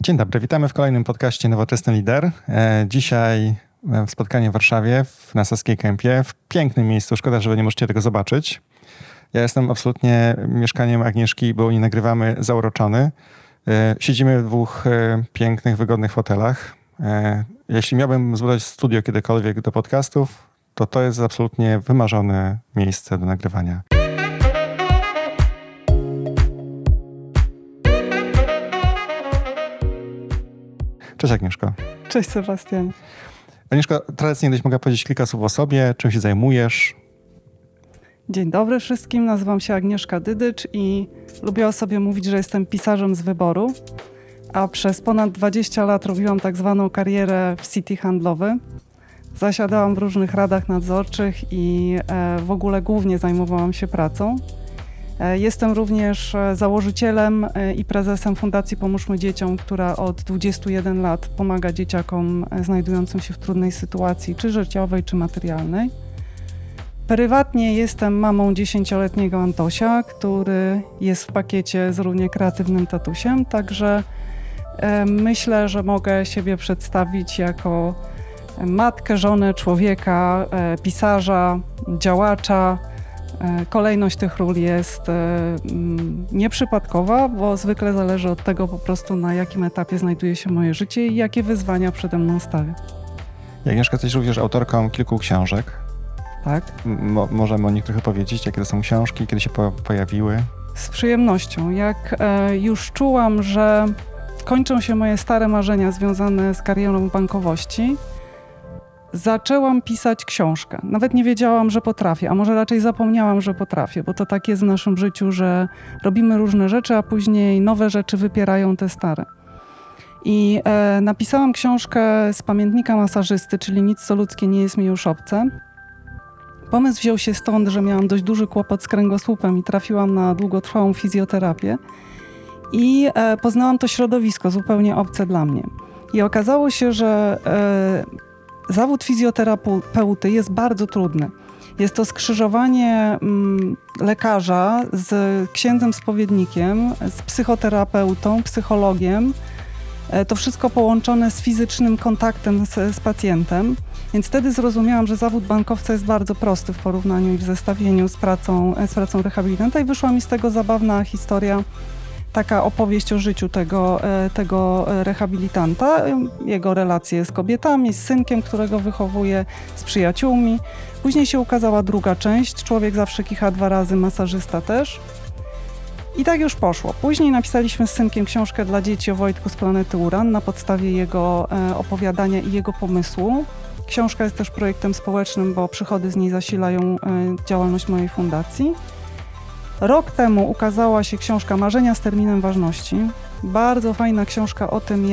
Dzień dobry, witamy w kolejnym podcaście Nowoczesny Lider. Dzisiaj spotkanie w Warszawie, na Saskiej Kępie, w pięknym miejscu. Szkoda, że nie możecie tego zobaczyć. Ja jestem absolutnie mieszkaniem Agnieszki, bo nie nagrywamy, zauroczony. Siedzimy w dwóch pięknych, wygodnych fotelach. Jeśli miałbym zbudować studio kiedykolwiek do podcastów, to jest absolutnie wymarzone miejsce do nagrywania. Cześć Agnieszko. Cześć Sebastian. Agnieszko, tradycyjnie gdybyś mogła powiedzieć kilka słów o sobie, czym się zajmujesz? Dzień dobry wszystkim, nazywam się Agnieszka Dydycz i lubię o sobie mówić, że jestem pisarzem z wyboru, a przez ponad 20 lat robiłam tak zwaną karierę w City handlowy. Zasiadałam w różnych radach nadzorczych i w ogóle głównie zajmowałam się pracą. Jestem również założycielem i prezesem Fundacji Pomóżmy Dzieciom, która od 21 lat pomaga dzieciakom znajdującym się w trudnej sytuacji, czy życiowej, czy materialnej. Prywatnie jestem mamą 10-letniego Antosia, który jest w pakiecie z równie kreatywnym tatusiem, także myślę, że mogę siebie przedstawić jako matkę, żonę, człowieka, pisarza, działacza. Kolejność tych ról jest nieprzypadkowa, bo zwykle zależy od tego po prostu, na jakim etapie znajduje się moje życie i jakie wyzwania przede mną stawia. Agnieszka, jesteś również autorką kilku książek. Tak. Możemy o nich trochę powiedzieć, jakie to są książki, kiedy się pojawiły? Z przyjemnością. Jak już czułam, że kończą się moje stare marzenia związane z karierą w bankowości, zaczęłam pisać książkę. Nawet nie wiedziałam, że potrafię, a może raczej zapomniałam, że potrafię, bo to tak jest w naszym życiu, że robimy różne rzeczy, a później nowe rzeczy wypierają te stare. I napisałam książkę z pamiętnika masażysty, czyli Nic co ludzkie nie jest mi już obce. Pomysł wziął się stąd, że miałam dość duży kłopot z kręgosłupem i trafiłam na długotrwałą fizjoterapię i poznałam to środowisko zupełnie obce dla mnie. I okazało się, że zawód fizjoterapeuty jest bardzo trudny. Jest to skrzyżowanie lekarza z księdzem spowiednikiem, z psychoterapeutą, psychologiem. To wszystko połączone z fizycznym kontaktem z pacjentem. Więc wtedy zrozumiałam, że zawód bankowca jest bardzo prosty w porównaniu i w zestawieniu z pracą rehabilitanta i wyszła mi z tego zabawna historia, taka opowieść o życiu tego rehabilitanta, jego relacje z kobietami, z synkiem, którego wychowuje, z przyjaciółmi. Później się ukazała druga część, Człowiek zawsze kicha 2 razy, masażysta też. I tak już poszło. Później napisaliśmy z synkiem książkę dla dzieci o Wojtku z planety Uran na podstawie jego opowiadania i jego pomysłu. Książka jest też projektem społecznym, bo przychody z niej zasilają działalność mojej fundacji. Rok temu ukazała się książka Marzenia z terminem ważności. Bardzo fajna książka o tym,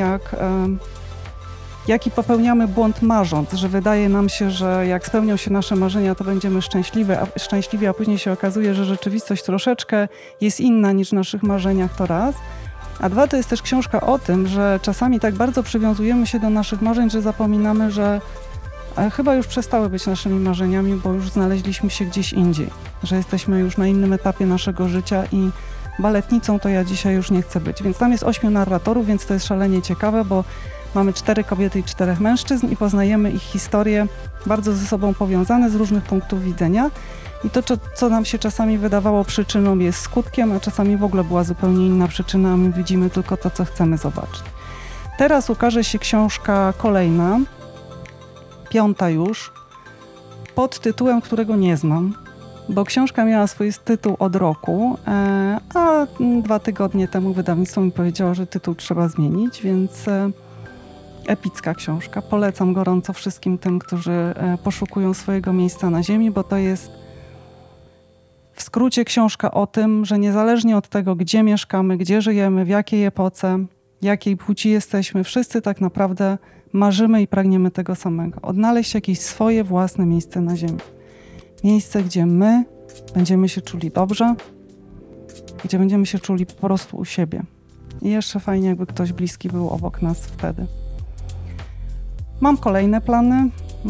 jaki popełniamy błąd marząc, że wydaje nam się, że jak spełnią się nasze marzenia, to będziemy szczęśliwi, a później się okazuje, że rzeczywistość troszeczkę jest inna niż w naszych marzeniach, to raz. A 2, to jest też książka o tym, że czasami tak bardzo przywiązujemy się do naszych marzeń, że zapominamy, że chyba już przestały być naszymi marzeniami, bo już znaleźliśmy się gdzieś indziej, że jesteśmy już na innym etapie naszego życia i baletnicą to ja dzisiaj już nie chcę być. Więc tam jest 8 narratorów, więc to jest szalenie ciekawe, bo mamy 4 kobiety i 4 mężczyzn i poznajemy ich historie bardzo ze sobą powiązane z różnych punktów widzenia. I to, co nam się czasami wydawało przyczyną, jest skutkiem, a czasami w ogóle była zupełnie inna przyczyna, a my widzimy tylko to, co chcemy zobaczyć. Teraz ukaże się książka kolejna, 5. już, pod tytułem, którego nie znam, bo książka miała swój tytuł od roku, a 2 tygodnie temu wydawnictwo mi powiedziało, że tytuł trzeba zmienić, więc epicka książka. Polecam gorąco wszystkim tym, którzy poszukują swojego miejsca na ziemi, bo to jest w skrócie książka o tym, że niezależnie od tego, gdzie mieszkamy, gdzie żyjemy, w jakiej epoce, jakiej płci jesteśmy, wszyscy tak naprawdę marzymy i pragniemy tego samego. Odnaleźć jakieś swoje własne miejsce na ziemi. Miejsce, gdzie my będziemy się czuli dobrze, gdzie będziemy się czuli po prostu u siebie. I jeszcze fajnie, jakby ktoś bliski był obok nas wtedy. Mam kolejne plany.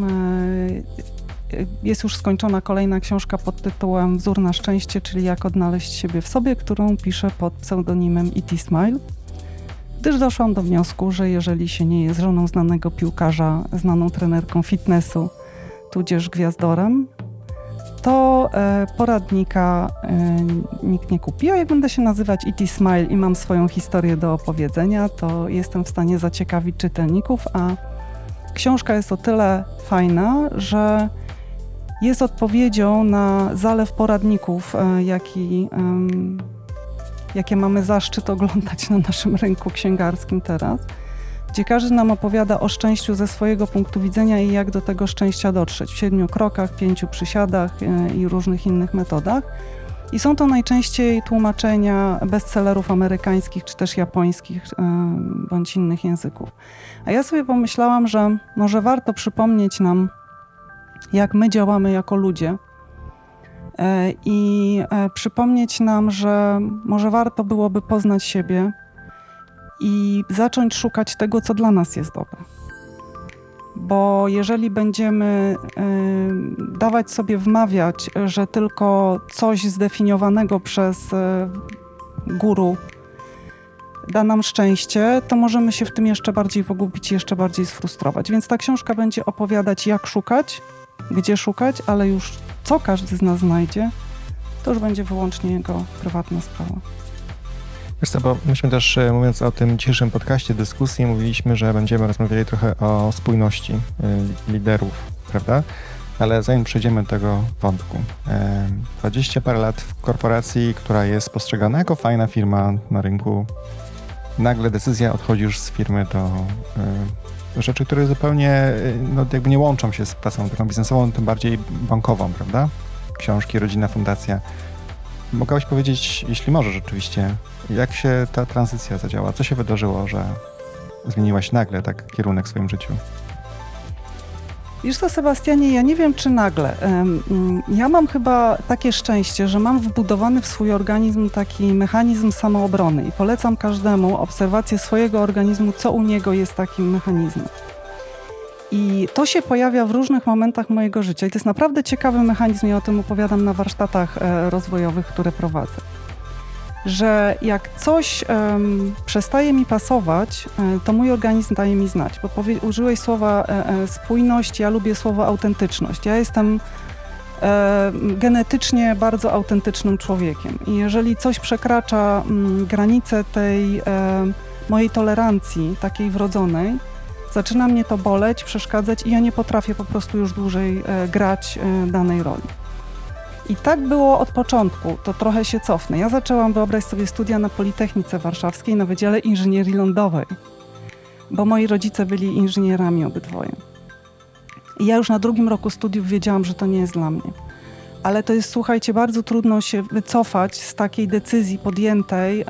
Jest już skończona kolejna książka pod tytułem Wzór na szczęście, czyli jak odnaleźć siebie w sobie, którą piszę pod pseudonimem E.T. Smile. gdyż doszłam do wniosku, że jeżeli się nie jest żoną znanego piłkarza, znaną trenerką fitnessu, tudzież gwiazdorem, to poradnika nikt nie kupi. A jak będę się nazywać E.T. Smile i mam swoją historię do opowiedzenia, to jestem w stanie zaciekawić czytelników, a książka jest o tyle fajna, że jest odpowiedzią na zalew poradników, jakie mamy zaszczyt oglądać na naszym rynku księgarskim teraz, gdzie każdy nam opowiada o szczęściu ze swojego punktu widzenia i jak do tego szczęścia dotrzeć w 7 krokach, 5 przysiadach i różnych innych metodach. I są to najczęściej tłumaczenia bestsellerów amerykańskich czy też japońskich bądź innych języków. A ja sobie pomyślałam, że może warto przypomnieć nam, jak my działamy jako ludzie i przypomnieć nam, że może warto byłoby poznać siebie i zacząć szukać tego, co dla nas jest dobre. Bo jeżeli będziemy dawać sobie wmawiać, że tylko coś zdefiniowanego przez guru da nam szczęście, to możemy się w tym jeszcze bardziej pogubić i jeszcze bardziej sfrustrować. Więc ta książka będzie opowiadać, jak szukać, gdzie szukać, ale już co każdy z nas znajdzie, to już będzie wyłącznie jego prywatna sprawa. Wiesz co, bo myśmy też, mówiąc o tym dzisiejszym podcaście, dyskusji, mówiliśmy, że będziemy rozmawiali trochę o spójności liderów, prawda? Ale zanim przejdziemy do tego wątku, 20 parę lat w korporacji, która jest postrzegana jako fajna firma na rynku, nagle decyzja, odchodzisz z firmy do rzeczy, które zupełnie jakby nie łączą się z pracą taką biznesową, tym bardziej bankową, prawda? Książki, rodzina, fundacja. Mogłabyś powiedzieć, jeśli możesz rzeczywiście, jak się ta tranzycja zadziała? Co się wydarzyło, że zmieniłaś nagle tak kierunek w swoim życiu? Wiesz co, Sebastianie, ja nie wiem, czy nagle. Ja mam chyba takie szczęście, że mam wbudowany w swój organizm taki mechanizm samoobrony i polecam każdemu obserwację swojego organizmu, co u niego jest takim mechanizmem. I to się pojawia w różnych momentach mojego życia. I to jest naprawdę ciekawy mechanizm, ja o tym opowiadam na warsztatach rozwojowych, które prowadzę. Że jak coś przestaje mi pasować, to mój organizm daje mi znać. Bo użyłeś słowa spójność, ja lubię słowo autentyczność. Ja jestem genetycznie bardzo autentycznym człowiekiem. I jeżeli coś przekracza granicę tej mojej tolerancji, takiej wrodzonej, zaczyna mnie to boleć, przeszkadzać i ja nie potrafię po prostu już dłużej grać danej roli. I tak było od początku, to trochę się cofnę. Ja zaczęłam, wyobraź sobie, studia na Politechnice Warszawskiej na Wydziale Inżynierii Lądowej, bo moi rodzice byli inżynierami obydwoje. I ja już na 2. roku studiów wiedziałam, że to nie jest dla mnie. Ale to jest, słuchajcie, bardzo trudno się wycofać z takiej decyzji podjętej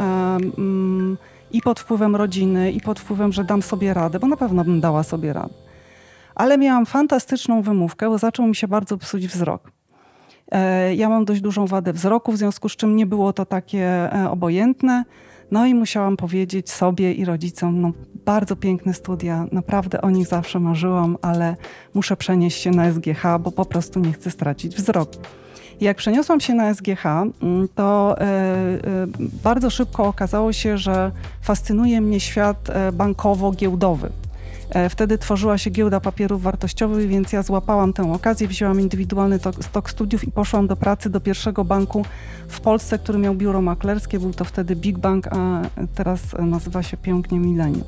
i pod wpływem rodziny, i pod wpływem, że dam sobie radę, bo na pewno bym dała sobie radę. Ale miałam fantastyczną wymówkę, bo zaczął mi się bardzo psuć wzrok. Ja mam dość dużą wadę wzroku, w związku z czym nie było to takie obojętne. No i musiałam powiedzieć sobie i rodzicom, no bardzo piękne studia, naprawdę o nich zawsze marzyłam, ale muszę przenieść się na SGH, bo po prostu nie chcę stracić wzroku. I jak przeniosłam się na SGH, to bardzo szybko okazało się, że fascynuje mnie świat bankowo-giełdowy. Wtedy tworzyła się giełda papierów wartościowych, więc ja złapałam tę okazję, wzięłam indywidualny tok studiów i poszłam do pracy do pierwszego banku w Polsce, który miał biuro maklerskie. Był to wtedy Big Bank, a teraz nazywa się pięknie Millennium.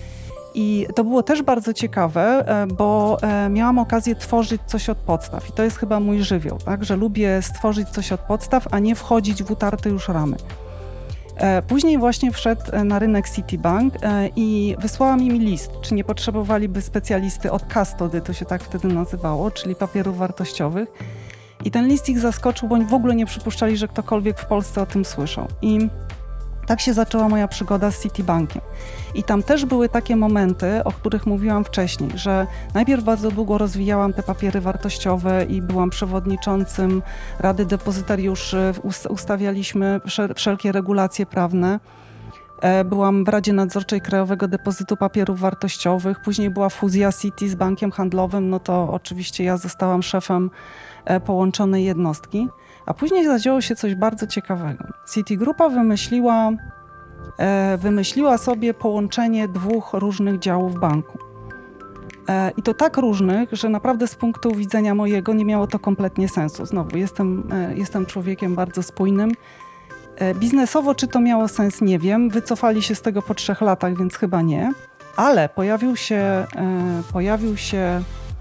I to było też bardzo ciekawe, bo miałam okazję tworzyć coś od podstaw. I to jest chyba mój żywioł, tak? Że lubię stworzyć coś od podstaw, a nie wchodzić w utarte już ramy. Później właśnie wszedł na rynek Citibank i wysłałam im list, czy nie potrzebowaliby specjalisty od custody, to się tak wtedy nazywało, czyli papierów wartościowych. I ten list ich zaskoczył, bo oni w ogóle nie przypuszczali, że ktokolwiek w Polsce o tym słyszał. I tak się zaczęła moja przygoda z Citibankiem. I tam też były takie momenty, o których mówiłam wcześniej, że najpierw bardzo długo rozwijałam te papiery wartościowe i byłam przewodniczącym Rady Depozytariuszy, ustawialiśmy wszelkie regulacje prawne. Byłam w Radzie Nadzorczej Krajowego Depozytu Papierów Wartościowych, później była fuzja Citi z bankiem handlowym, no to oczywiście ja zostałam szefem połączonej jednostki. A później zadziało się coś bardzo ciekawego. Citigroupa wymyśliła wymyśliła sobie połączenie 2 różnych działów banku. I to tak różnych, że naprawdę z punktu widzenia mojego nie miało to kompletnie sensu. Znowu, jestem człowiekiem bardzo spójnym. Biznesowo czy to miało sens, nie wiem. Wycofali się z tego po 3 latach, więc chyba nie. Ale pojawił się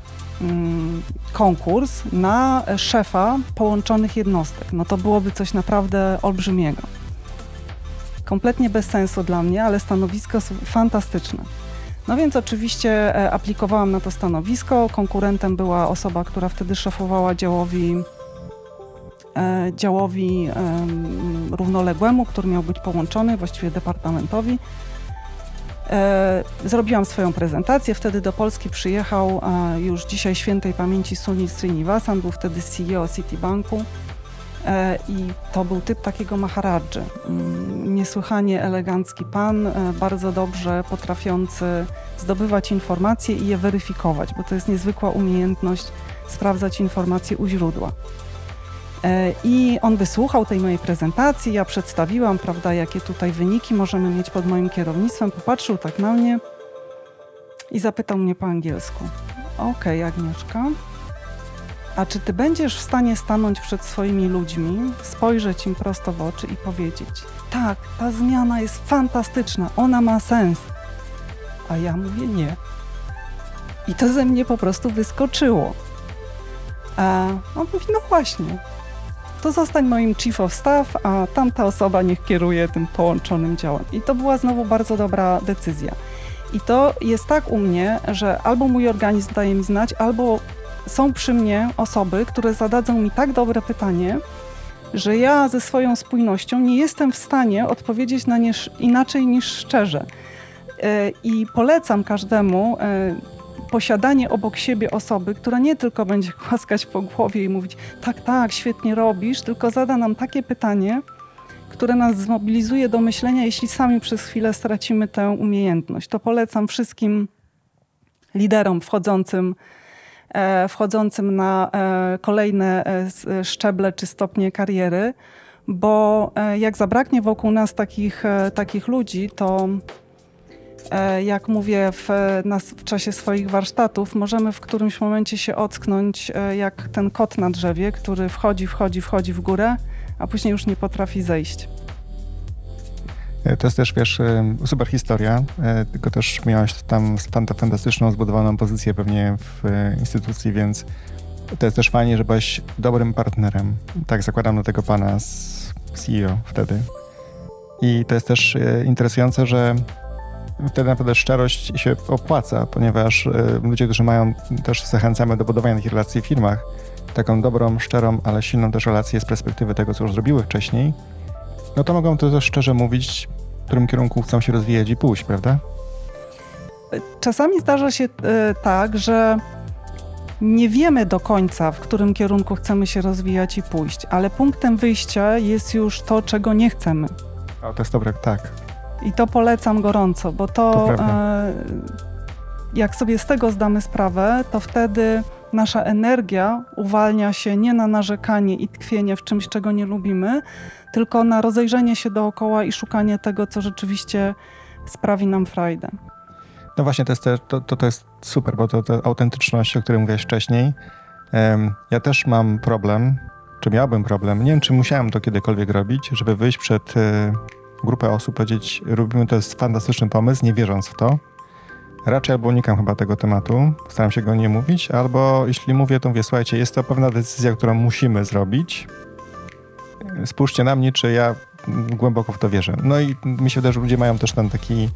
konkurs na szefa połączonych jednostek. No to byłoby coś naprawdę olbrzymiego. Kompletnie bez sensu dla mnie, ale stanowisko fantastyczne. No więc oczywiście aplikowałam na to stanowisko. Konkurentem była osoba, która wtedy szefowała działowi równoległemu, który miał być połączony, właściwie departamentowi. Zrobiłam swoją prezentację. Wtedy do Polski przyjechał już dzisiaj świętej pamięci Sunil Srinivasan, był wtedy CEO Citibanku. I to był typ takiego maharadży. Niesłychanie elegancki pan, bardzo dobrze potrafiący zdobywać informacje i je weryfikować, bo to jest niezwykła umiejętność sprawdzać informacje u źródła. I on wysłuchał tej mojej prezentacji, ja przedstawiłam, prawda, jakie tutaj wyniki możemy mieć pod moim kierownictwem, popatrzył tak na mnie i zapytał mnie po angielsku. Okej, Agnieszka, a czy ty będziesz w stanie stanąć przed swoimi ludźmi, spojrzeć im prosto w oczy i powiedzieć: tak, ta zmiana jest fantastyczna, ona ma sens. A ja mówię: nie. I to ze mnie po prostu wyskoczyło. A on mówi: no właśnie, to zostań moim chief of staff, a tamta osoba niech kieruje tym połączonym działem. I to była znowu bardzo dobra decyzja. I to jest tak u mnie, że albo mój organizm daje mi znać, albo są przy mnie osoby, które zadadzą mi tak dobre pytanie, że ja ze swoją spójnością nie jestem w stanie odpowiedzieć na nie inaczej niż szczerze. I polecam każdemu posiadanie obok siebie osoby, która nie tylko będzie głaskać po głowie i mówić: tak, tak, świetnie robisz, tylko zada nam takie pytanie, które nas zmobilizuje do myślenia, jeśli sami przez chwilę stracimy tę umiejętność. To polecam wszystkim liderom wchodzącym na kolejne szczeble czy stopnie kariery, bo jak zabraknie wokół nas takich ludzi, to jak mówię w czasie swoich warsztatów, możemy w którymś momencie się ocknąć jak ten kot na drzewie, który wchodzi w górę, a później już nie potrafi zejść. To jest też, wiesz, super historia, tylko też miałaś tam fantastyczną, zbudowaną pozycję pewnie w instytucji, więc to jest też fajnie, że byłaś dobrym partnerem. Tak zakładam do tego pana z CEO wtedy. I to jest też interesujące, że wtedy naprawdę szczerość się opłaca, ponieważ ludzie, którzy mają, też zachęcamy do budowania takich relacji w firmach, taką dobrą, szczerą, ale silną też relację z perspektywy tego, co już zrobiły wcześniej, no to mogą to też szczerze mówić, w którym kierunku chcą się rozwijać i pójść, prawda? Czasami zdarza się tak, że nie wiemy do końca, w którym kierunku chcemy się rozwijać i pójść, ale punktem wyjścia jest już to, czego nie chcemy. O, to jest dobre, tak. I to polecam gorąco, bo to jak sobie z tego zdamy sprawę, to wtedy nasza energia uwalnia się nie na narzekanie i tkwienie w czymś, czego nie lubimy, tylko na rozejrzenie się dookoła i szukanie tego, co rzeczywiście sprawi nam frajdę. No właśnie, to jest super, bo to autentyczność, o której mówiłeś wcześniej. Ja też mam problem, czy miałbym problem, nie wiem, czy musiałem to kiedykolwiek robić, żeby wyjść przed grupę osób, powiedzieć: robimy, to jest fantastyczny pomysł, nie wierząc w to. Raczej albo unikam chyba tego tematu, staram się go nie mówić, albo jeśli mówię, to mówię: słuchajcie, jest to pewna decyzja, którą musimy zrobić. Spójrzcie na mnie, czy ja głęboko w to wierzę. No i mi się wydaje, że ludzie mają też tam taki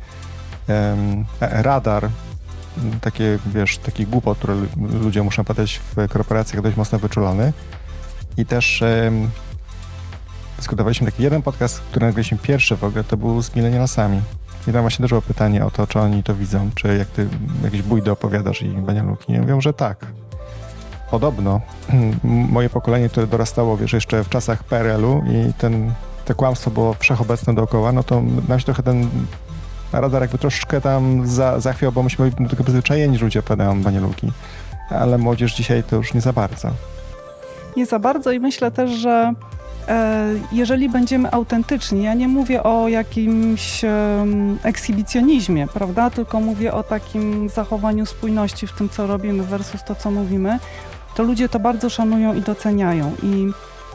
radar, takie, wiesz, taki głupot, które ludzie muszą padać w korporacjach, dość mocno wyczulony. I też dyskutowaliśmy taki jeden podcast, który nagraliśmy pierwszy w ogóle, to był z millennialsami. I tam właśnie też było pytanie o to, czy oni to widzą, czy jak ty jakieś bójdy opowiadasz i banialuki. I mówią, że tak. Podobno moje pokolenie, które dorastało, wiesz, jeszcze w czasach PRL-u i to kłamstwo było wszechobecne dookoła, no to nam się trochę ten radar jakby troszeczkę tam zachwiał, bo myśmy byli do tego przyzwyczajeni, że ludzie opowiadają banialuki. Ale młodzież dzisiaj to już nie za bardzo. Nie za bardzo i myślę też, że jeżeli będziemy autentyczni, ja nie mówię o jakimś ekshibicjonizmie, prawda, tylko mówię o takim zachowaniu spójności w tym, co robimy versus to, co mówimy, to ludzie to bardzo szanują i doceniają. I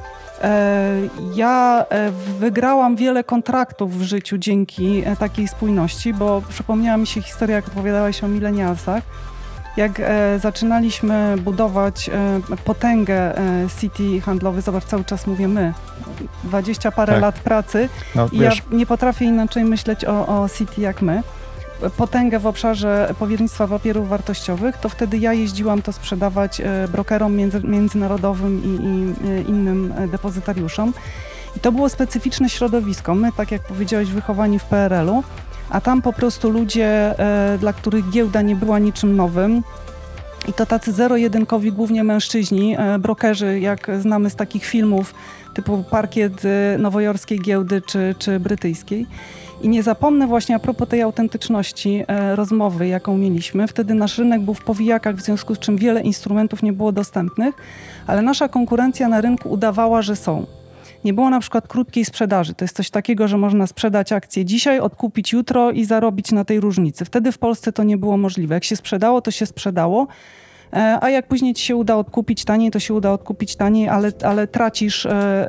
ja wygrałam wiele kontraktów w życiu dzięki takiej spójności, bo przypomniała mi się historia, jak opowiadałeś o millennialsach. Jak zaczynaliśmy budować potęgę City handlowy, zobacz, cały czas mówię my, 20 parę lat pracy i ja nie potrafię inaczej myśleć o City jak my. Potęgę w obszarze powiernictwa papierów wartościowych, to wtedy ja jeździłam to sprzedawać brokerom międzynarodowym i innym depozytariuszom. I to było specyficzne środowisko. My, tak jak powiedziałeś, wychowani w PRL-u, a tam po prostu ludzie, dla których giełda nie była niczym nowym. I to tacy zero-jedynkowi, głównie mężczyźni, brokerzy, jak znamy z takich filmów typu parkiet nowojorskiej giełdy czy brytyjskiej. I nie zapomnę właśnie a propos tej autentyczności rozmowy, jaką mieliśmy. Wtedy nasz rynek był w powijakach, w związku z czym wiele instrumentów nie było dostępnych, ale nasza konkurencja na rynku udawała, że są. Nie było na przykład krótkiej sprzedaży. To jest coś takiego, że można sprzedać akcję dzisiaj, odkupić jutro i zarobić na tej różnicy. Wtedy w Polsce to nie było możliwe. Jak się sprzedało, to się sprzedało, a jak później ci się uda odkupić taniej, to się uda odkupić taniej, ale tracisz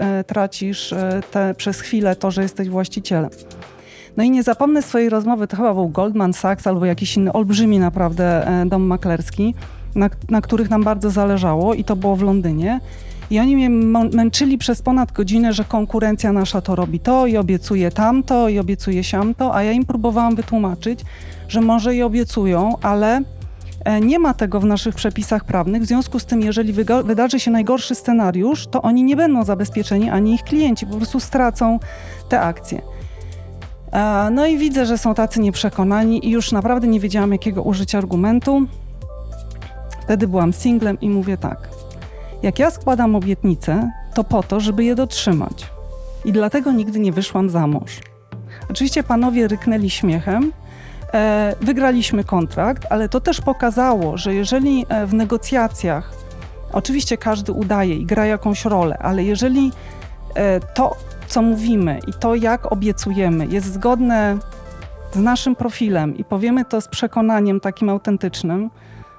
przez chwilę to, że jesteś właścicielem. No i nie zapomnę swojej rozmowy, to chyba był Goldman Sachs albo jakiś inny olbrzymi naprawdę dom maklerski, na których nam bardzo zależało i to było w Londynie. I oni mnie męczyli przez ponad godzinę, że konkurencja nasza to robi to i obiecuje tamto i obiecuje siamto, a ja im próbowałam wytłumaczyć, że może i obiecują, ale nie ma tego w naszych przepisach prawnych. W związku z tym, jeżeli wydarzy się najgorszy scenariusz, to oni nie będą zabezpieczeni, ani ich klienci po prostu stracą te akcje. No i widzę, że są tacy nieprzekonani i już naprawdę nie wiedziałam, jakiego użyć argumentu. Wtedy byłam singlem i mówię tak. Jak ja składam obietnice, to po to, żeby je dotrzymać. I dlatego nigdy nie wyszłam za mąż. Oczywiście panowie ryknęli śmiechem. Wygraliśmy kontrakt, ale to też pokazało, że jeżeli w negocjacjach, oczywiście każdy udaje i gra jakąś rolę, ale jeżeli to, co mówimy i to, jak obiecujemy, jest zgodne z naszym profilem i powiemy to z przekonaniem takim autentycznym,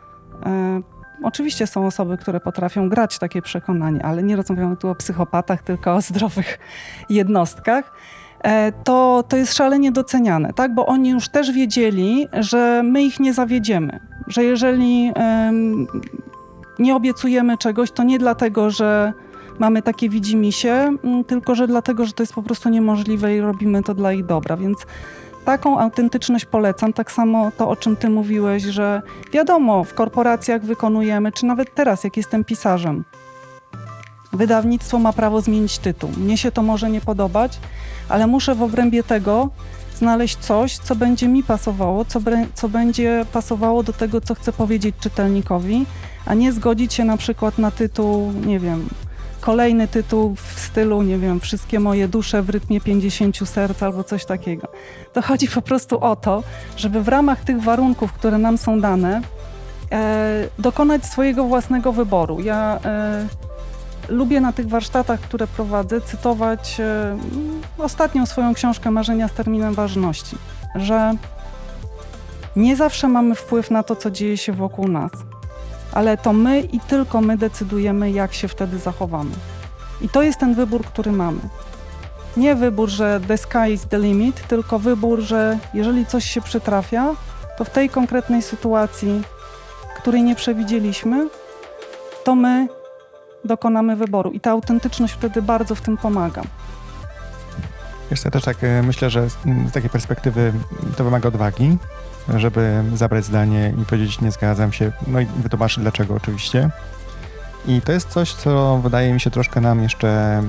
oczywiście są osoby, które potrafią grać takie przekonanie, ale nie rozmawiamy tu o psychopatach, tylko o zdrowych jednostkach, to jest szalenie doceniane, tak? Bo oni już też wiedzieli, że my ich nie zawiedziemy, że jeżeli nie obiecujemy czegoś, to nie dlatego, że mamy takie widzimisię, tylko że dlatego, że to jest po prostu niemożliwe i robimy to dla ich dobra, więc taką autentyczność polecam, tak samo to, o czym ty mówiłeś, że wiadomo, w korporacjach wykonujemy, czy nawet teraz, jak jestem pisarzem, wydawnictwo ma prawo zmienić tytuł. Mnie się to może nie podobać, ale muszę w obrębie tego znaleźć coś, co będzie mi pasowało, co będzie pasowało do tego, co chcę powiedzieć czytelnikowi, a nie zgodzić się na przykład na tytuł, nie wiem, kolejny tytuł w stylu, nie wiem, Wszystkie moje dusze w rytmie 50 serc albo coś takiego. To chodzi po prostu o to, żeby w ramach tych warunków, które nam są dane, dokonać swojego własnego wyboru. Ja lubię na tych warsztatach, które prowadzę, cytować ostatnią swoją książkę Marzenia z terminem ważności, że nie zawsze mamy wpływ na to, co dzieje się wokół nas, ale to my i tylko my decydujemy, jak się wtedy zachowamy. I to jest ten wybór, który mamy. Nie wybór, że the sky is the limit, tylko wybór, że jeżeli coś się przytrafia, to w tej konkretnej sytuacji, której nie przewidzieliśmy, to my dokonamy wyboru. I ta autentyczność wtedy bardzo w tym pomaga. Wiesz, ja też tak myślę, że z takiej perspektywy to wymaga odwagi, żeby zabrać zdanie i powiedzieć, nie zgadzam się, no i wytłumaczyć dlaczego oczywiście. I to jest coś, co wydaje mi się troszkę nam jeszcze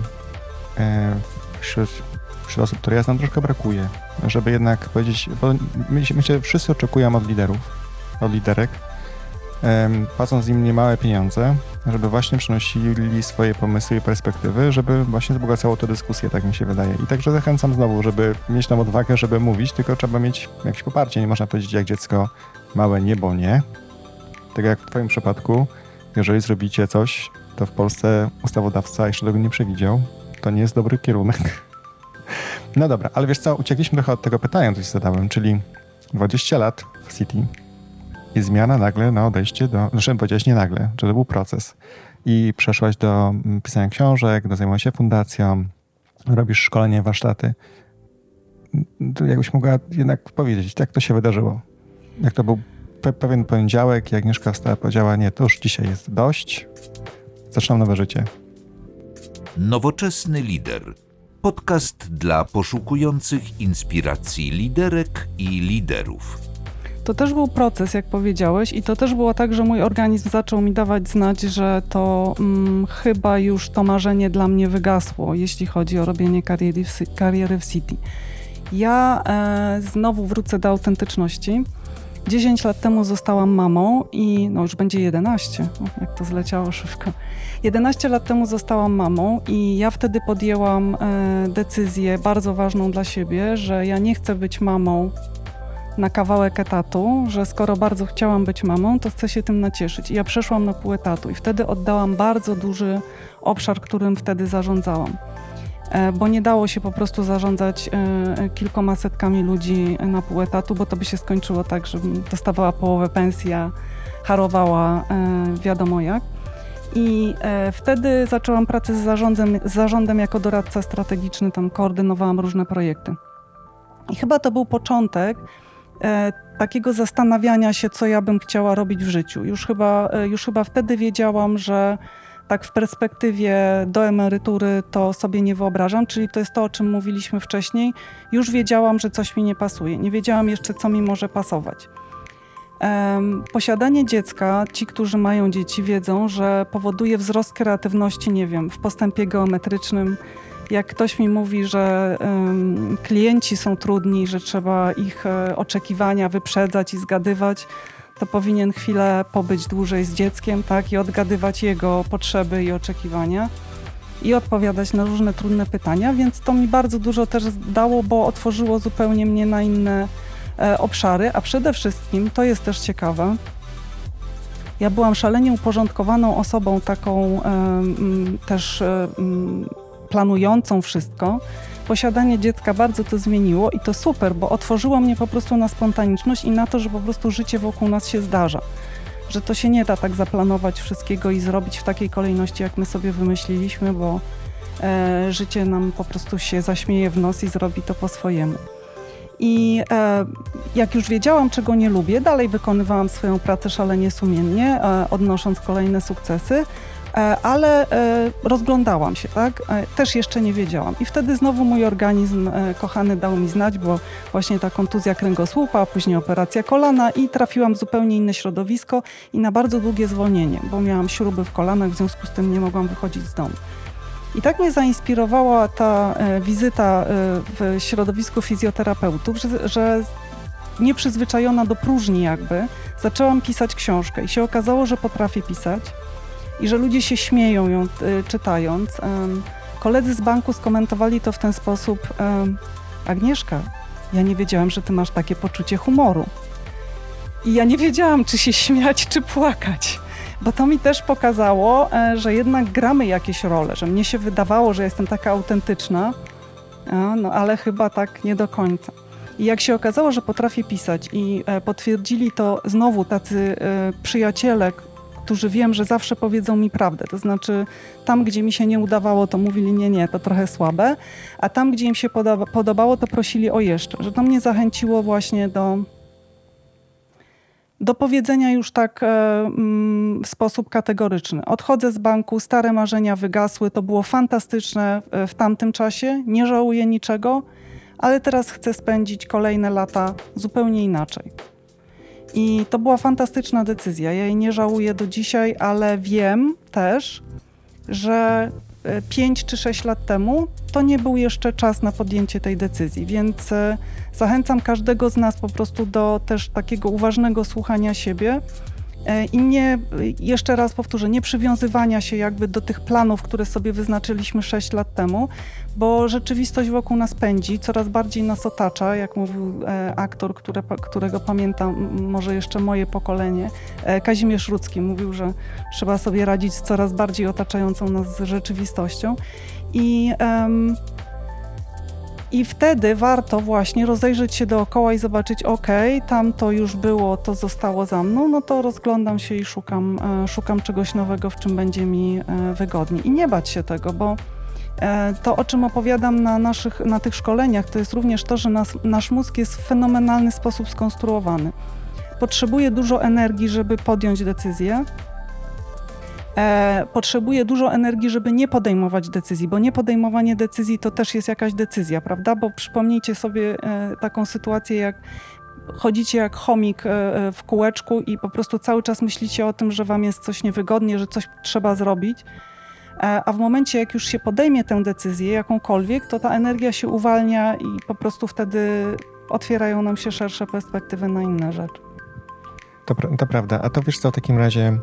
wśród osób, które ja znam, troszkę brakuje. Żeby jednak powiedzieć, bo myślę, że wszyscy oczekują od liderów, od liderek, płacąc im niemałe pieniądze, żeby właśnie przynosili swoje pomysły i perspektywy, żeby właśnie wzbogacało tę dyskusję, tak mi się wydaje. I także zachęcam znowu, żeby mieć tą odwagę, żeby mówić, tylko trzeba mieć jakieś poparcie. Nie można powiedzieć jak dziecko małe nie, bo nie. Tak jak w twoim przypadku, jeżeli zrobicie coś, to w Polsce ustawodawca jeszcze tego nie przewidział, to nie jest dobry kierunek. No dobra, ale wiesz co, uciekliśmy trochę od tego pytania, które ci zadałem, czyli 20 lat w City i zmiana nagle na odejście do, zresztą powiedziałeś nie nagle, że to był proces. I przeszłaś do pisania książek, do zajmowania się fundacją, robisz szkolenie, warsztaty. To jakbyś mogła jednak powiedzieć, jak to się wydarzyło? Jak to był pewien poniedziałek, jak Agnieszka wstała, powiedziała, nie, to już dzisiaj jest dość, zaczynam nowe życie. Nowoczesny lider. Podcast dla poszukujących inspiracji liderek i liderów. To też był proces, jak powiedziałeś, i to też było tak, że mój organizm zaczął mi dawać znać, że to chyba już to marzenie dla mnie wygasło, jeśli chodzi o robienie kariery w City. Ja znowu wrócę do autentyczności. 10 lat temu zostałam mamą i już będzie 11, jak to zleciało szybko. 11 lat temu zostałam mamą i ja wtedy podjęłam decyzję bardzo ważną dla siebie, że ja nie chcę być mamą na kawałek etatu, że skoro bardzo chciałam być mamą, to chcę się tym nacieszyć. I ja przeszłam na pół etatu i wtedy oddałam bardzo duży obszar, którym wtedy zarządzałam. Bo nie dało się po prostu zarządzać kilkoma setkami ludzi na pół etatu, bo to by się skończyło tak, żebym dostawała połowę pensji, a harowała wiadomo jak. I wtedy zaczęłam pracę z zarządem jako doradca strategiczny, tam koordynowałam różne projekty. I chyba to był początek takiego zastanawiania się, co ja bym chciała robić w życiu. Już chyba wtedy wiedziałam, że tak w perspektywie do emerytury to sobie nie wyobrażam, czyli to jest to, o czym mówiliśmy wcześniej. Już wiedziałam, że coś mi nie pasuje. Nie wiedziałam jeszcze, co mi może pasować. Posiadanie dziecka, ci, którzy mają dzieci, wiedzą, że powoduje wzrost kreatywności, nie wiem, w postępie geometrycznym. Jak ktoś mi mówi, że klienci są trudni, że trzeba ich oczekiwania wyprzedzać i zgadywać, to powinien chwilę pobyć dłużej z dzieckiem, tak, i odgadywać jego potrzeby i oczekiwania i odpowiadać na różne trudne pytania, więc to mi bardzo dużo też dało, bo otworzyło zupełnie mnie na inne obszary, a przede wszystkim, to jest też ciekawe, ja byłam szalenie uporządkowaną osobą, taką też planującą wszystko. Posiadanie dziecka bardzo to zmieniło i to super, bo otworzyło mnie po prostu na spontaniczność i na to, że po prostu życie wokół nas się zdarza. Że to się nie da tak zaplanować wszystkiego i zrobić w takiej kolejności, jak my sobie wymyśliliśmy, bo życie nam po prostu się zaśmieje w nos i zrobi to po swojemu. I jak już wiedziałam, czego nie lubię, dalej wykonywałam swoją pracę szalenie sumiennie, odnosząc kolejne sukcesy, ale rozglądałam się, tak? Też jeszcze nie wiedziałam. I wtedy znowu mój organizm kochany dał mi znać, bo właśnie ta kontuzja kręgosłupa, a później operacja kolana i trafiłam w zupełnie inne środowisko i na bardzo długie zwolnienie, bo miałam śruby w kolanach, w związku z tym nie mogłam wychodzić z domu. I tak mnie zainspirowała ta wizyta w środowisku fizjoterapeutów, że nieprzyzwyczajona do próżni jakby, zaczęłam pisać książkę i się okazało, że potrafię pisać i że ludzie się śmieją ją czytając. Koledzy z banku skomentowali to w ten sposób: Agnieszka, ja nie wiedziałam, że ty masz takie poczucie humoru. I ja nie wiedziałam, czy się śmiać, czy płakać. Bo to mi też pokazało, że jednak gramy jakieś role, że mnie się wydawało, że jestem taka autentyczna, no ale chyba tak nie do końca. I jak się okazało, że potrafię pisać i potwierdzili to znowu tacy przyjaciele, którzy wiem, że zawsze powiedzą mi prawdę. To znaczy tam, gdzie mi się nie udawało, to mówili nie, to trochę słabe, a tam, gdzie im się podobało, to prosili o jeszcze. Że to mnie zachęciło właśnie do powiedzenia już tak w sposób kategoryczny. Odchodzę z banku, stare marzenia wygasły, to było fantastyczne w tamtym czasie, nie żałuję niczego, ale teraz chcę spędzić kolejne lata zupełnie inaczej. I to była fantastyczna decyzja. Ja jej nie żałuję do dzisiaj, ale wiem też, że 5 czy 6 lat temu to nie był jeszcze czas na podjęcie tej decyzji, więc zachęcam każdego z nas po prostu do też takiego uważnego słuchania siebie i nie, jeszcze raz powtórzę, nie przywiązywania się jakby do tych planów, które sobie wyznaczyliśmy 6 lat temu, bo rzeczywistość wokół nas pędzi, coraz bardziej nas otacza, jak mówił aktor, którego pamiętam, może jeszcze moje pokolenie, Kazimierz Rudzki mówił, że trzeba sobie radzić z coraz bardziej otaczającą nas rzeczywistością. I wtedy warto właśnie rozejrzeć się dookoła i zobaczyć, tam to już było, to zostało za mną, no to rozglądam się i szukam czegoś nowego, w czym będzie mi wygodniej. I nie bać się tego, bo to, o czym opowiadam na tych szkoleniach, to jest również to, że nasz mózg jest w fenomenalny sposób skonstruowany. Potrzebuje dużo energii, żeby podjąć decyzję. Potrzebuje dużo energii, żeby nie podejmować decyzji, bo niepodejmowanie decyzji to też jest jakaś decyzja, prawda? Bo przypomnijcie sobie taką sytuację, jak chodzicie jak chomik w kółeczku i po prostu cały czas myślicie o tym, że wam jest coś niewygodnie, że coś trzeba zrobić, a w momencie, jak już się podejmie tę decyzję, jakąkolwiek, to ta energia się uwalnia i po prostu wtedy otwierają nam się szersze perspektywy na inne rzeczy. To prawda. A to wiesz co, w takim razie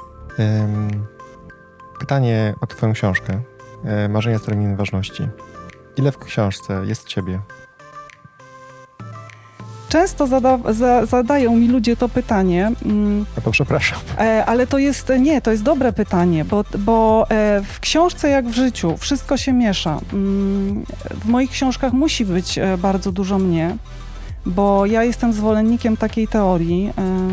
pytanie o twoją książkę. Marzenia z terminem ważności. Ile w książce jest ciebie? Często zadają mi ludzie to pytanie. No to przepraszam. Ale to jest dobre pytanie, bo w książce jak w życiu wszystko się miesza. W moich książkach musi być bardzo dużo mnie, bo ja jestem zwolennikiem takiej teorii,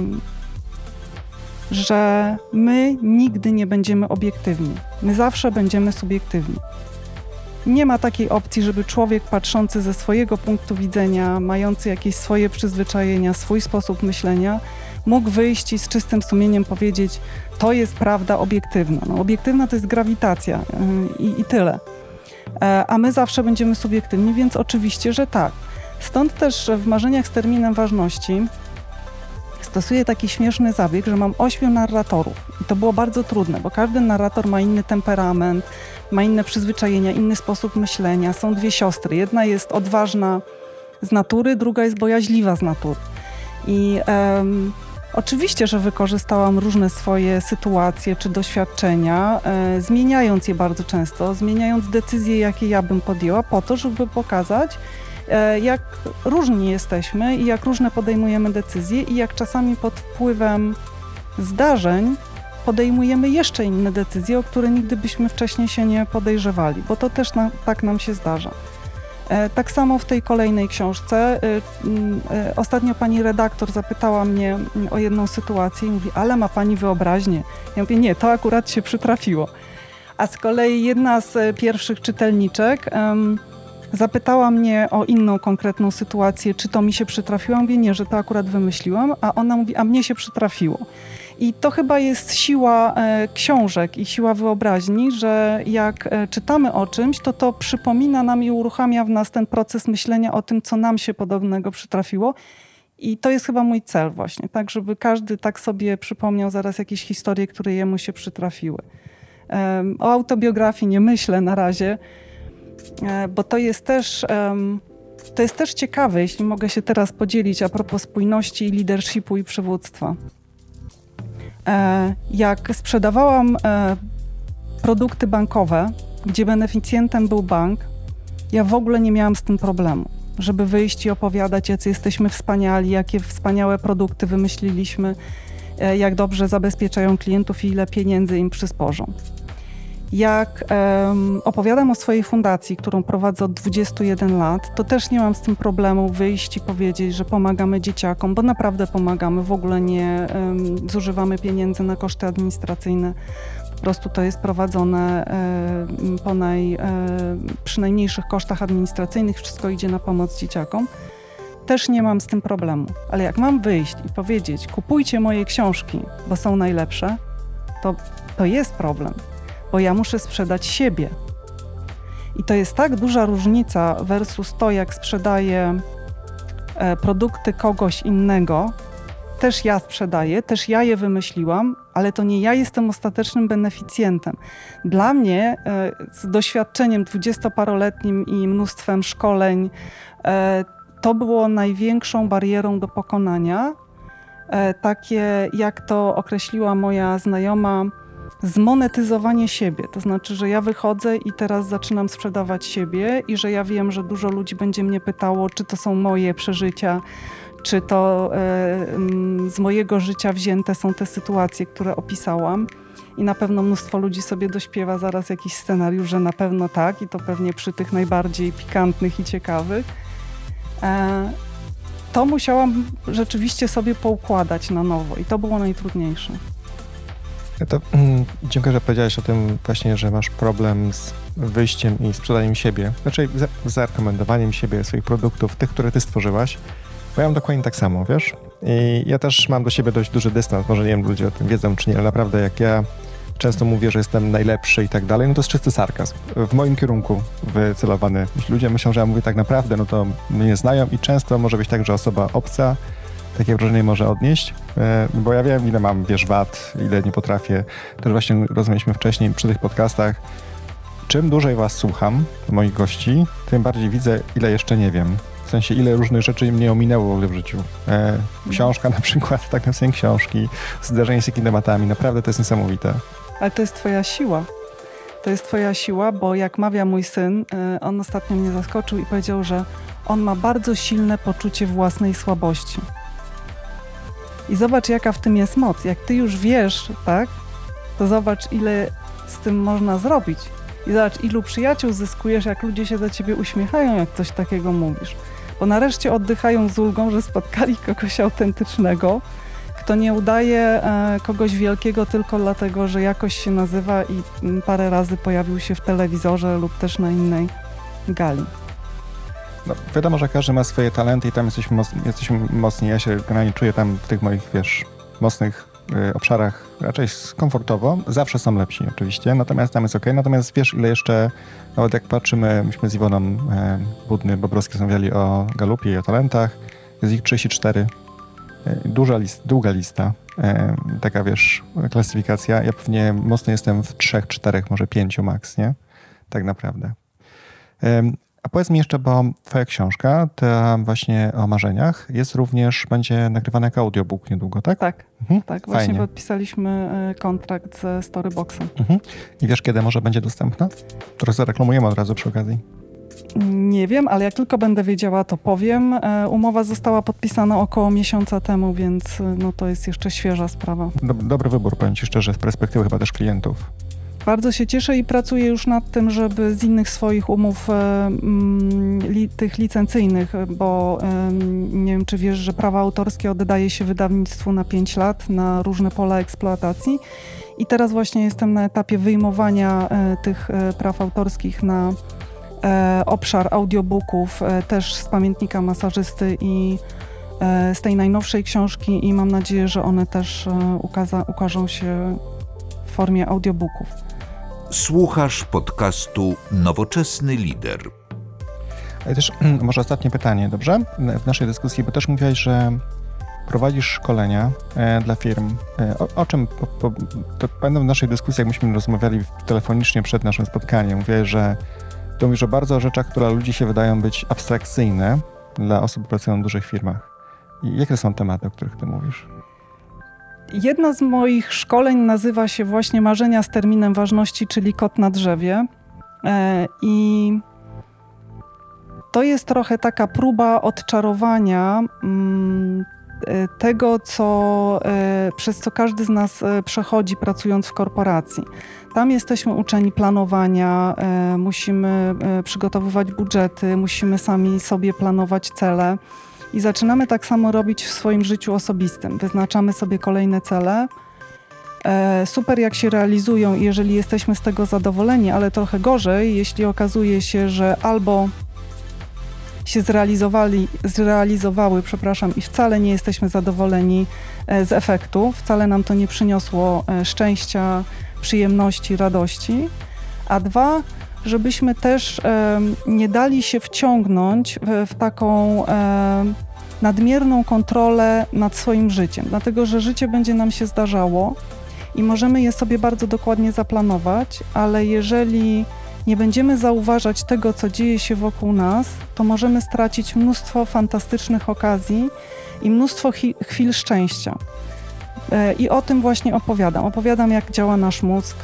że my nigdy nie będziemy obiektywni. My zawsze będziemy subiektywni. Nie ma takiej opcji, żeby człowiek patrzący ze swojego punktu widzenia, mający jakieś swoje przyzwyczajenia, swój sposób myślenia, mógł wyjść i z czystym sumieniem powiedzieć, to jest prawda obiektywna. No, obiektywna to jest grawitacja i tyle. A my zawsze będziemy subiektywni, więc oczywiście, że tak. Stąd też w Marzeniach z terminem ważności stosuję taki śmieszny zabieg, że mam 8 narratorów. I to było bardzo trudne, bo każdy narrator ma inny temperament, ma inne przyzwyczajenia, inny sposób myślenia. Są 2 siostry. Jedna jest odważna z natury, druga jest bojaźliwa z natury. I oczywiście, że wykorzystałam różne swoje sytuacje czy doświadczenia, zmieniając je bardzo często, zmieniając decyzje, jakie ja bym podjęła, po to, żeby pokazać, jak różni jesteśmy i jak różne podejmujemy decyzje i jak czasami pod wpływem zdarzeń podejmujemy jeszcze inne decyzje, o które nigdy byśmy wcześniej się nie podejrzewali, bo to też tak nam się zdarza. Tak samo w tej kolejnej książce. Ostatnio pani redaktor zapytała mnie o jedną sytuację i mówi, ale ma pani wyobraźnię? Ja mówię, nie, to akurat się przytrafiło. A z kolei jedna z pierwszych czytelniczek zapytała mnie o inną konkretną sytuację, czy to mi się przytrafiło. Ja mówię, nie, że to akurat wymyśliłam, a ona mówi, a mnie się przytrafiło. I to chyba jest siła książek i siła wyobraźni, że jak czytamy o czymś, to przypomina nam i uruchamia w nas ten proces myślenia o tym, co nam się podobnego przytrafiło. I to jest chyba mój cel właśnie, tak, żeby każdy tak sobie przypomniał zaraz jakieś historie, które jemu się przytrafiły. O autobiografii nie myślę na razie, bo to jest też ciekawe, jeśli mogę się teraz podzielić a propos spójności, leadershipu i przywództwa. Jak sprzedawałam produkty bankowe, gdzie beneficjentem był bank, ja w ogóle nie miałam z tym problemu, żeby wyjść i opowiadać, jacy jesteśmy wspaniali, jakie wspaniałe produkty wymyśliliśmy, jak dobrze zabezpieczają klientów i ile pieniędzy im przysporzą. Jak opowiadam o swojej fundacji, którą prowadzę od 21 lat, to też nie mam z tym problemu wyjść i powiedzieć, że pomagamy dzieciakom, bo naprawdę pomagamy, w ogóle nie zużywamy pieniędzy na koszty administracyjne. Po prostu to jest prowadzone przy najmniejszych kosztach administracyjnych, wszystko idzie na pomoc dzieciakom. Też nie mam z tym problemu. Ale jak mam wyjść i powiedzieć, kupujcie moje książki, bo są najlepsze, to jest problem. Bo ja muszę sprzedać siebie. I to jest tak duża różnica versus to, jak sprzedaję produkty kogoś innego. Też ja sprzedaję, też ja je wymyśliłam, ale to nie ja jestem ostatecznym beneficjentem. Dla mnie z doświadczeniem 20-paroletnim i mnóstwem szkoleń to było największą barierą do pokonania. Takie, jak to określiła moja znajoma, zmonetyzowanie siebie. To znaczy, że ja wychodzę i teraz zaczynam sprzedawać siebie i że ja wiem, że dużo ludzi będzie mnie pytało, czy to są moje przeżycia, czy to z mojego życia wzięte są te sytuacje, które opisałam. i na pewno mnóstwo ludzi sobie dośpiewa zaraz jakiś scenariusz, że na pewno tak i to pewnie przy tych najbardziej pikantnych i ciekawych. To musiałam rzeczywiście sobie poukładać na nowo i to było najtrudniejsze. Dziękuję, że powiedziałeś o tym właśnie, że masz problem z wyjściem i sprzedaniem siebie, raczej zarekomendowaniem siebie, swoich produktów, tych, które ty stworzyłaś, bo ja mam dokładnie tak samo, wiesz? I ja też mam do siebie dość duży dystans, może nie wiem, ludzie o tym wiedzą czy nie, ale naprawdę jak ja często mówię, że jestem najlepszy i tak dalej, no to jest czysty sarkazm. W moim kierunku wycelowany. Jeśli ludzie myślą, że ja mówię tak naprawdę, no to mnie nie znają i często może być tak, że osoba obca takie wrażenie może odnieść, bo ja wiem, ile mam, wad, ile nie potrafię. Też właśnie rozmawialiśmy wcześniej przy tych podcastach. Czym dłużej was słucham, moich gości, tym bardziej widzę, ile jeszcze nie wiem. W sensie, ile różnych rzeczy mnie ominęło w ogóle w życiu. Książka na przykład, tak napisałem książki, zderzenie z jakimi tematami, naprawdę to jest niesamowite. Ale to jest twoja siła. To jest twoja siła, bo jak mawia mój syn, on ostatnio mnie zaskoczył i powiedział, że on ma bardzo silne poczucie własnej słabości. I zobacz, jaka w tym jest moc. Jak ty już wiesz, tak, to zobacz, ile z tym można zrobić. I zobacz, ilu przyjaciół zyskujesz, jak ludzie się do ciebie uśmiechają, jak coś takiego mówisz. Bo nareszcie oddychają z ulgą, że spotkali kogoś autentycznego, kto nie udaje kogoś wielkiego tylko dlatego, że jakoś się nazywa i parę razy pojawił się w telewizorze lub też na innej gali. No, wiadomo, że każdy ma swoje talenty i tam jesteśmy mocni. Ja się generalnie czuję tam w tych moich, mocnych obszarach raczej komfortowo. Zawsze są lepsi oczywiście, natomiast tam jest okej. Natomiast wiesz, ile jeszcze, nawet jak patrzymy, myśmy z Iwoną Budny-Bobrowską rozmawiali o Galupie i o talentach, jest ich 34. Długa lista, taka klasyfikacja. Ja pewnie mocno jestem w 3, 4, może 5 max, nie? Tak naprawdę. A powiedz mi jeszcze, bo twoja książka, ta właśnie o marzeniach, będzie nagrywana jako audiobook niedługo, tak? Tak, tak. Właśnie podpisaliśmy kontrakt ze Storyboxem. I wiesz, kiedy może będzie dostępna? Trochę zareklamujemy od razu przy okazji. Nie wiem, ale jak tylko będę wiedziała, to powiem. Umowa została podpisana około miesiąca temu, więc no, to jest jeszcze świeża sprawa. Dobry wybór, powiem ci szczerze, z perspektywy chyba też klientów. Bardzo się cieszę i pracuję już nad tym, żeby z innych swoich umów, tych licencyjnych, bo nie wiem, czy wiesz, że prawa autorskie oddaje się wydawnictwu na 5 lat na różne pola eksploatacji. I teraz właśnie jestem na etapie wyjmowania tych praw autorskich na obszar audiobooków, też z pamiętnika masażysty i z tej najnowszej książki i mam nadzieję, że one też ukażą się w formie audiobooków. Słuchasz podcastu Nowoczesny Lider. Ale też może ostatnie pytanie, dobrze? W naszej dyskusji, bo też mówiłaś, że prowadzisz szkolenia dla firm. O czym? Pamiętam w naszej dyskusji, jak myśmy rozmawiali telefonicznie przed naszym spotkaniem, mówiłaś, że to mówisz o bardzo rzeczach, które ludzi się wydają być abstrakcyjne dla osób, które pracują w dużych firmach. I jakie są tematy, o których ty mówisz? Jedno z moich szkoleń nazywa się właśnie Marzenia z terminem ważności, czyli kot na drzewie. I to jest trochę taka próba odczarowania tego, przez co każdy z nas przechodzi, pracując w korporacji. Tam jesteśmy uczeni planowania, musimy przygotowywać budżety, musimy sami sobie planować cele. I zaczynamy tak samo robić w swoim życiu osobistym. Wyznaczamy sobie kolejne cele. Super, jak się realizują i jeżeli jesteśmy z tego zadowoleni, ale trochę gorzej, jeśli okazuje się, że albo się zrealizowały, i wcale nie jesteśmy zadowoleni z efektu, wcale nam to nie przyniosło szczęścia, przyjemności, radości. A 2, żebyśmy też nie dali się wciągnąć w taką nadmierną kontrolę nad swoim życiem, dlatego że życie będzie nam się zdarzało i możemy je sobie bardzo dokładnie zaplanować, ale jeżeli nie będziemy zauważać tego, co dzieje się wokół nas, to możemy stracić mnóstwo fantastycznych okazji i mnóstwo chwil szczęścia. I o tym właśnie opowiadam. Opowiadam, jak działa nasz mózg,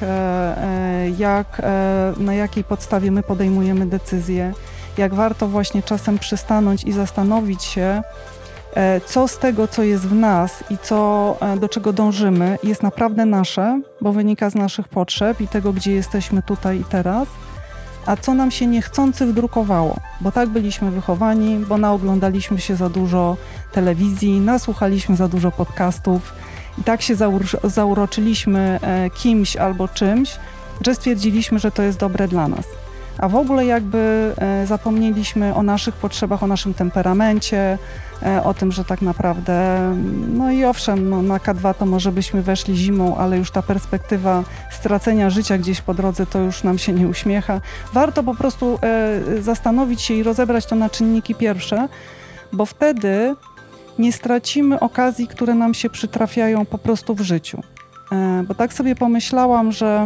na jakiej podstawie my podejmujemy decyzje, jak warto właśnie czasem przystanąć i zastanowić się, co z tego, co jest w nas i do czego dążymy, jest naprawdę nasze, bo wynika z naszych potrzeb i tego, gdzie jesteśmy tutaj i teraz, a co nam się niechcący wdrukowało, bo tak byliśmy wychowani, bo naoglądaliśmy się za dużo telewizji, nasłuchaliśmy za dużo podcastów i tak się zauroczyliśmy kimś albo czymś, że stwierdziliśmy, że to jest dobre dla nas. A w ogóle jakby zapomnieliśmy o naszych potrzebach, o naszym temperamencie, o tym, że tak naprawdę, no i owszem, na K2 to może byśmy weszli zimą, ale już ta perspektywa stracenia życia gdzieś po drodze to już nam się nie uśmiecha. Warto po prostu zastanowić się i rozebrać to na czynniki pierwsze, bo wtedy nie stracimy okazji, które nam się przytrafiają po prostu w życiu. Bo tak sobie pomyślałam, że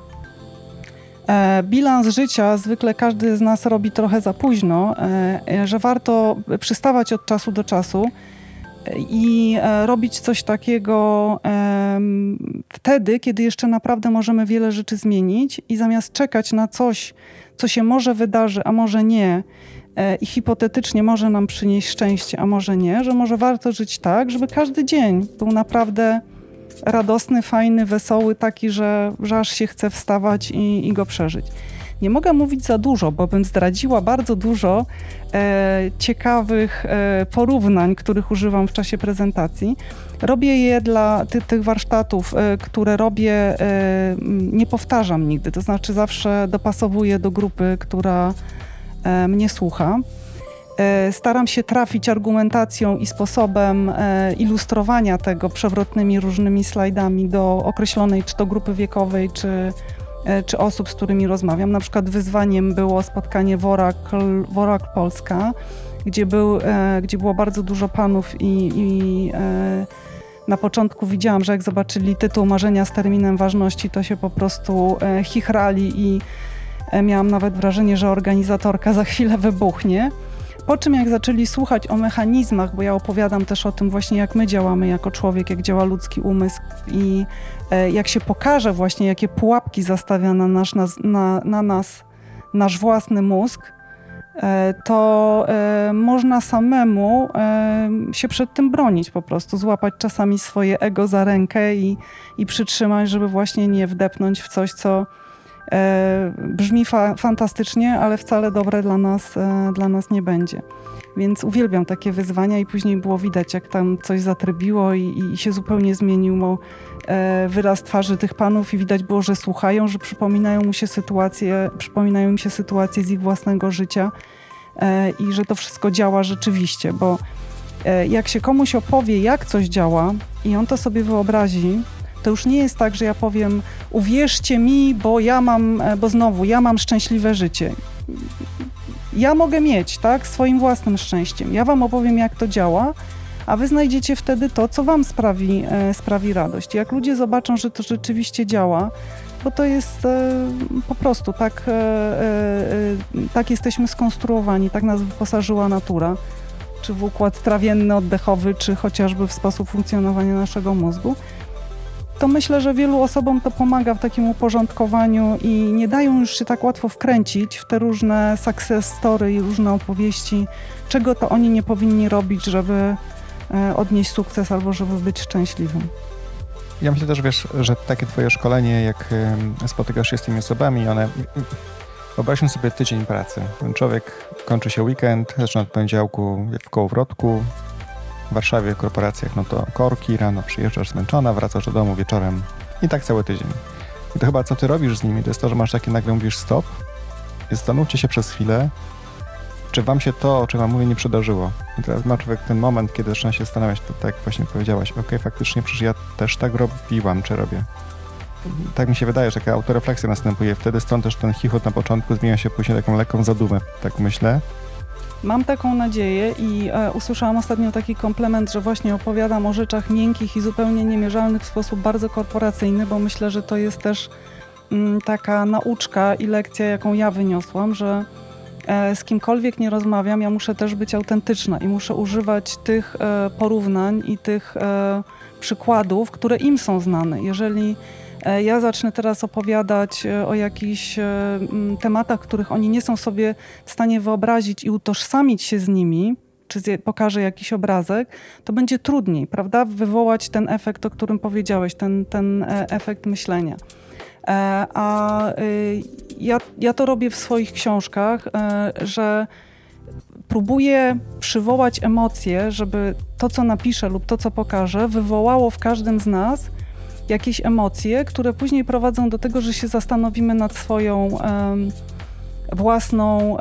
bilans życia zwykle każdy z nas robi trochę za późno, że warto przystawać od czasu do czasu i robić coś takiego wtedy, kiedy jeszcze naprawdę możemy wiele rzeczy zmienić i zamiast czekać na coś, co się może wydarzy, a może nie i hipotetycznie może nam przynieść szczęście, a może nie, że może warto żyć tak, żeby każdy dzień był naprawdę radosny, fajny, wesoły, taki, że aż się chce wstawać i go przeżyć. Nie mogę mówić za dużo, bo bym zdradziła bardzo dużo ciekawych porównań, których używam w czasie prezentacji. Robię je dla tych warsztatów, które robię, nie powtarzam nigdy, to znaczy zawsze dopasowuję do grupy, która mnie słucha. Staram się trafić argumentacją i sposobem ilustrowania tego przewrotnymi różnymi slajdami do określonej czy to grupy wiekowej, czy osób, z którymi rozmawiam. Na przykład wyzwaniem było spotkanie w Oracle Polska, gdzie było bardzo dużo panów i na początku widziałam, że jak zobaczyli tytuł Marzenia z terminem ważności, to się po prostu chichrali i miałam nawet wrażenie, że organizatorka za chwilę wybuchnie. Po czym jak zaczęli słuchać o mechanizmach, bo ja opowiadam też o tym właśnie, jak my działamy jako człowiek, jak działa ludzki umysł i jak się pokaże właśnie, jakie pułapki zastawia na nas nasz własny mózg, to można samemu się przed tym bronić po prostu, złapać czasami swoje ego za rękę i przytrzymać, żeby właśnie nie wdepnąć w coś, co brzmi fantastycznie, ale wcale dobre dla nas nie będzie. Więc uwielbiam takie wyzwania i później było widać, jak tam coś zatrybiło i się zupełnie zmienił wyraz twarzy tych panów i widać było, że słuchają, że przypominają mi się sytuacje z ich własnego życia i że to wszystko działa rzeczywiście, bo jak się komuś opowie, jak coś działa i on to sobie wyobrazi, to już nie jest tak, że ja powiem, uwierzcie mi, bo ja mam szczęśliwe życie. Ja mogę mieć, tak, swoim własnym szczęściem. Ja wam opowiem, jak to działa, a wy znajdziecie wtedy to, co wam sprawi radość. Jak ludzie zobaczą, że to rzeczywiście działa, bo to jest po prostu tak jesteśmy skonstruowani, tak nas wyposażyła natura, czy w układ trawienny, oddechowy, czy chociażby w sposób funkcjonowania naszego mózgu, to myślę, że wielu osobom to pomaga w takim uporządkowaniu i nie dają już się tak łatwo wkręcić w te różne success story i różne opowieści, czego to oni nie powinni robić, żeby odnieść sukces albo żeby być szczęśliwym. Ja myślę też, wiesz, że takie twoje szkolenie, jak spotykasz się z tymi osobami, wyobraźmy sobie tydzień pracy. Ten człowiek, kończy się weekend, zaczyna od poniedziałku w kołowrotku, w Warszawie, w korporacjach, no to korki, rano przyjeżdżasz zmęczona, wracasz do domu wieczorem i tak cały tydzień. I to chyba co ty robisz z nimi, to jest to, że masz takie nagle mówisz stop i zastanówcie się przez chwilę, czy wam się to, o czym wam mówię, nie przydarzyło. I teraz ma człowiek ten moment, kiedy zaczyna się zastanawiać, to tak właśnie powiedziałaś, okej, faktycznie przecież ja też tak robiłam, czy robię. Tak mi się wydaje, że taka autorefleksja następuje. Wtedy stąd też ten chichot na początku zmienia się później taką lekką zadumę, tak myślę. Mam taką nadzieję i usłyszałam ostatnio taki komplement, że właśnie opowiadam o rzeczach miękkich i zupełnie niemierzalnych w sposób bardzo korporacyjny, bo myślę, że to jest też taka nauczka i lekcja, jaką ja wyniosłam, że z kimkolwiek nie rozmawiam, ja muszę też być autentyczna i muszę używać tych porównań i tych przykładów, które im są znane. Jeżeli ja zacznę teraz opowiadać o jakichś tematach, których oni nie są sobie w stanie wyobrazić i utożsamić się z nimi, czy pokaże jakiś obrazek, to będzie trudniej, prawda, wywołać ten efekt, o którym powiedziałeś, ten efekt myślenia. Ja to robię w swoich książkach, że próbuję przywołać emocje, żeby to, co napiszę lub to, co pokażę, wywołało w każdym z nas jakieś emocje, które później prowadzą do tego, że się zastanowimy nad swoją własną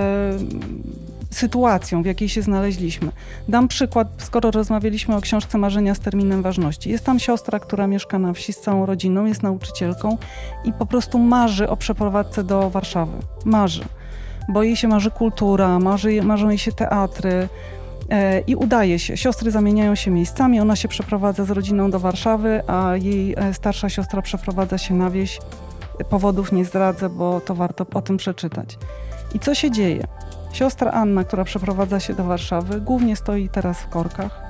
sytuacją, w jakiej się znaleźliśmy. Dam przykład, skoro rozmawialiśmy o książce Marzenia z terminem ważności. Jest tam siostra, która mieszka na wsi z całą rodziną, jest nauczycielką i po prostu marzy o przeprowadzce do Warszawy. Marzy. Bo jej się marzy kultura, marzą jej się teatry i udaje się. Siostry zamieniają się miejscami, ona się przeprowadza z rodziną do Warszawy, a jej starsza siostra przeprowadza się na wieś. Powodów nie zdradzę, bo to warto o tym przeczytać. I co się dzieje? Siostra Anna, która przeprowadza się do Warszawy, głównie stoi teraz w korkach.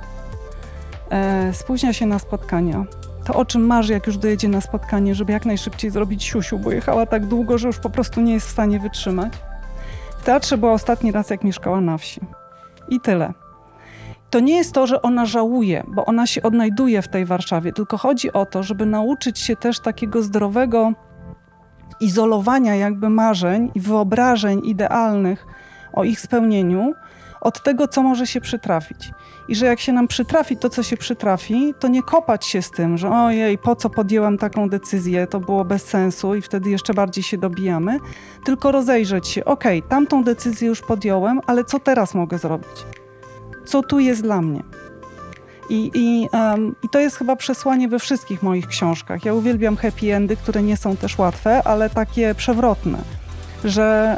Spóźnia się na spotkania. To, o czym marzy, jak już dojedzie na spotkanie, żeby jak najszybciej zrobić siusiu, bo jechała tak długo, że już po prostu nie jest w stanie wytrzymać. W teatrze była ostatni raz, jak mieszkała na wsi. I tyle. To nie jest to, że ona żałuje, bo ona się odnajduje w tej Warszawie, tylko chodzi o to, żeby nauczyć się też takiego zdrowego izolowania jakby marzeń i wyobrażeń idealnych o ich spełnieniu od tego, co może się przytrafić. I że jak się nam przytrafi to, co się przytrafi, to nie kopać się z tym, że ojej, po co podjęłam taką decyzję, to było bez sensu i wtedy jeszcze bardziej się dobijamy, tylko rozejrzeć się, okej, tamtą decyzję już podjąłem, ale co teraz mogę zrobić? Co tu jest dla mnie? I to jest chyba przesłanie we wszystkich moich książkach. Ja uwielbiam happy endy, które nie są też łatwe, ale takie przewrotne, że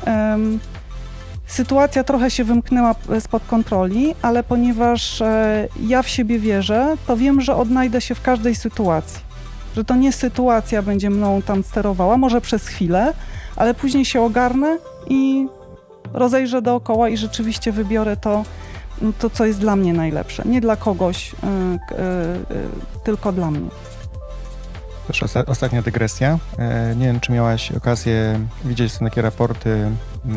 sytuacja trochę się wymknęła spod kontroli, ale ponieważ ja w siebie wierzę, to wiem, że odnajdę się w każdej sytuacji. Że to nie sytuacja będzie mną tam sterowała, może przez chwilę, ale później się ogarnę i rozejrzę dookoła i rzeczywiście wybiorę to, co jest dla mnie najlepsze. Nie dla kogoś, tylko dla mnie. Też ostatnia dygresja. Nie wiem, czy miałaś okazję widzieć są takie raporty,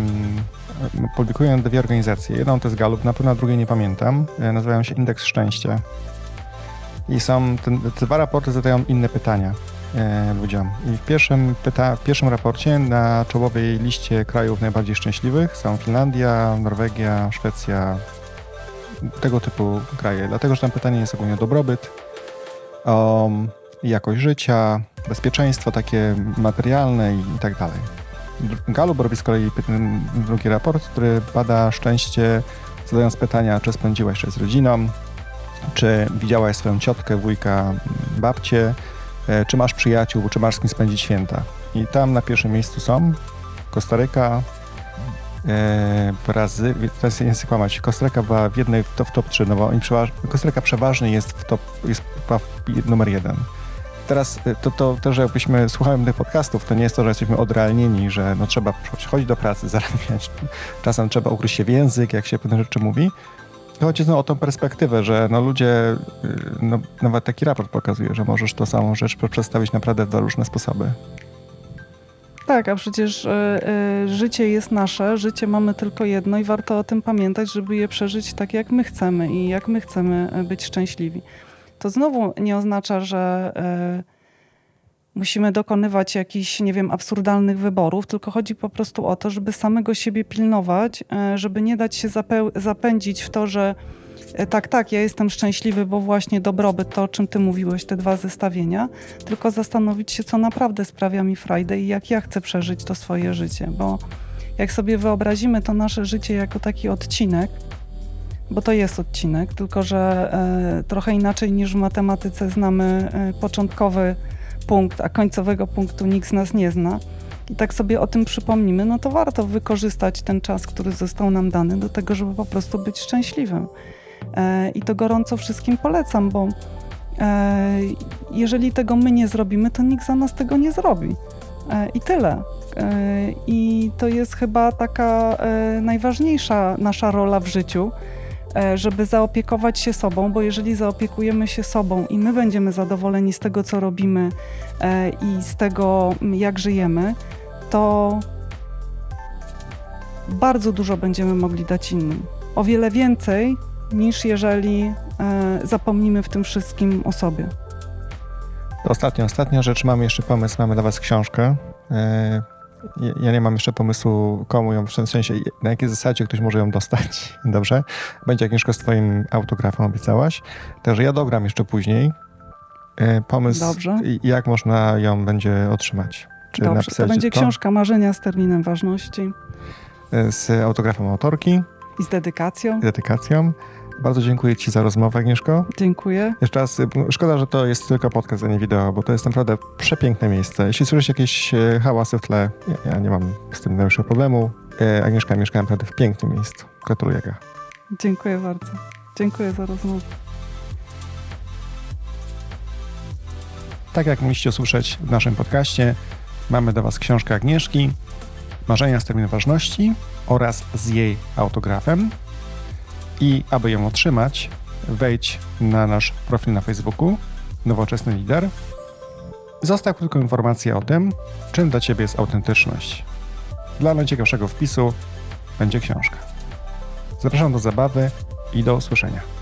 publikują dwie organizacje. Jedną to jest Gallup, na pewno drugiej nie pamiętam. Nazywają się Indeks Szczęścia. I te dwa raporty zadają inne pytania ludziom. I w pierwszym raporcie na czołowej liście krajów najbardziej szczęśliwych są Finlandia, Norwegia, Szwecja, tego typu kraje. Dlatego, że tam pytanie jest ogólnie o dobrobyt, o jakość życia, bezpieczeństwo takie materialne i tak dalej. Gallup robi z kolei drugi raport, który bada szczęście, zadając pytania, czy spędziłaś czas z rodziną, czy widziałaś swoją ciotkę, wujka, babcię, czy masz przyjaciół, czy masz z kim spędzić święta. I tam na pierwszym miejscu są Kostaryka, teraz nie chcę kłamać, Kostaryka była w jednej w top 3, no bo Kostaryka przeważnie jest numer 1. Teraz to, że jakbyśmy słuchali tych podcastów, to nie jest to, że jesteśmy odrealnieni, że no trzeba chodzić do pracy, zarabiać, czasem trzeba ugryźć się w język, jak się pewne rzeczy mówi. Chodzi o tą perspektywę, że no ludzie, no nawet taki raport pokazuje, że możesz tą samą rzecz przedstawić naprawdę w dwa różne sposoby. Tak, a przecież życie jest nasze, życie mamy tylko jedno i warto o tym pamiętać, żeby je przeżyć tak, jak my chcemy i jak my chcemy być szczęśliwi. To znowu nie oznacza, że musimy dokonywać jakichś, nie wiem, absurdalnych wyborów, tylko chodzi po prostu o to, żeby samego siebie pilnować, żeby nie dać się zapędzić w to, że tak, ja jestem szczęśliwy, bo właśnie dobrobyt, to o czym ty mówiłeś, te dwa zestawienia, tylko zastanowić się, co naprawdę sprawia mi frajdę i jak ja chcę przeżyć to swoje życie, bo jak sobie wyobrazimy to nasze życie jako taki odcinek, bo to jest odcinek, tylko że trochę inaczej niż w matematyce znamy początkowy punkt, a końcowego punktu nikt z nas nie zna. I tak sobie o tym przypomnimy, no to warto wykorzystać ten czas, który został nam dany do tego, żeby po prostu być szczęśliwym. I to gorąco wszystkim polecam, bo jeżeli tego my nie zrobimy, to nikt za nas tego nie zrobi. I tyle. I to jest chyba taka najważniejsza nasza rola w życiu, żeby zaopiekować się sobą, bo jeżeli zaopiekujemy się sobą i my będziemy zadowoleni z tego, co robimy i z tego, jak żyjemy, to bardzo dużo będziemy mogli dać innym. o wiele więcej, niż jeżeli zapomnimy w tym wszystkim o sobie. Ostatnia rzecz. Mamy jeszcze pomysł, mamy dla was książkę. Ja nie mam jeszcze pomysłu, komu ją, w sensie na jakiej zasadzie ktoś może ją dostać. Dobrze? Będzie Agnieszko z twoim autografem, obiecałaś. Także ja dogram jeszcze później pomysł, Dobrze. Jak można ją będzie otrzymać. Czy Dobrze, napisać to będzie książka Marzenia z terminem ważności. Z autografem autorki. I z dedykacją. Bardzo dziękuję ci za rozmowę, Agnieszko. Dziękuję. Jeszcze raz, szkoda, że to jest tylko podcast, a nie wideo, bo to jest naprawdę przepiękne miejsce. Jeśli słyszysz jakieś hałasy w tle, ja nie mam z tym najmniejszego problemu. Agnieszka mieszka naprawdę w pięknym miejscu. Gratuluję. Dziękuję bardzo. Dziękuję za rozmowę. Tak jak mogliście usłyszeć w naszym podcaście, mamy do was książkę Agnieszki, Marzenia z terminem ważności oraz z jej autografem. I aby ją otrzymać, wejdź na nasz profil na Facebooku Nowoczesny Lider. Zostaw krótką informację o tym, czym dla ciebie jest autentyczność. Dla najciekawszego wpisu będzie książka. Zapraszam do zabawy i do usłyszenia.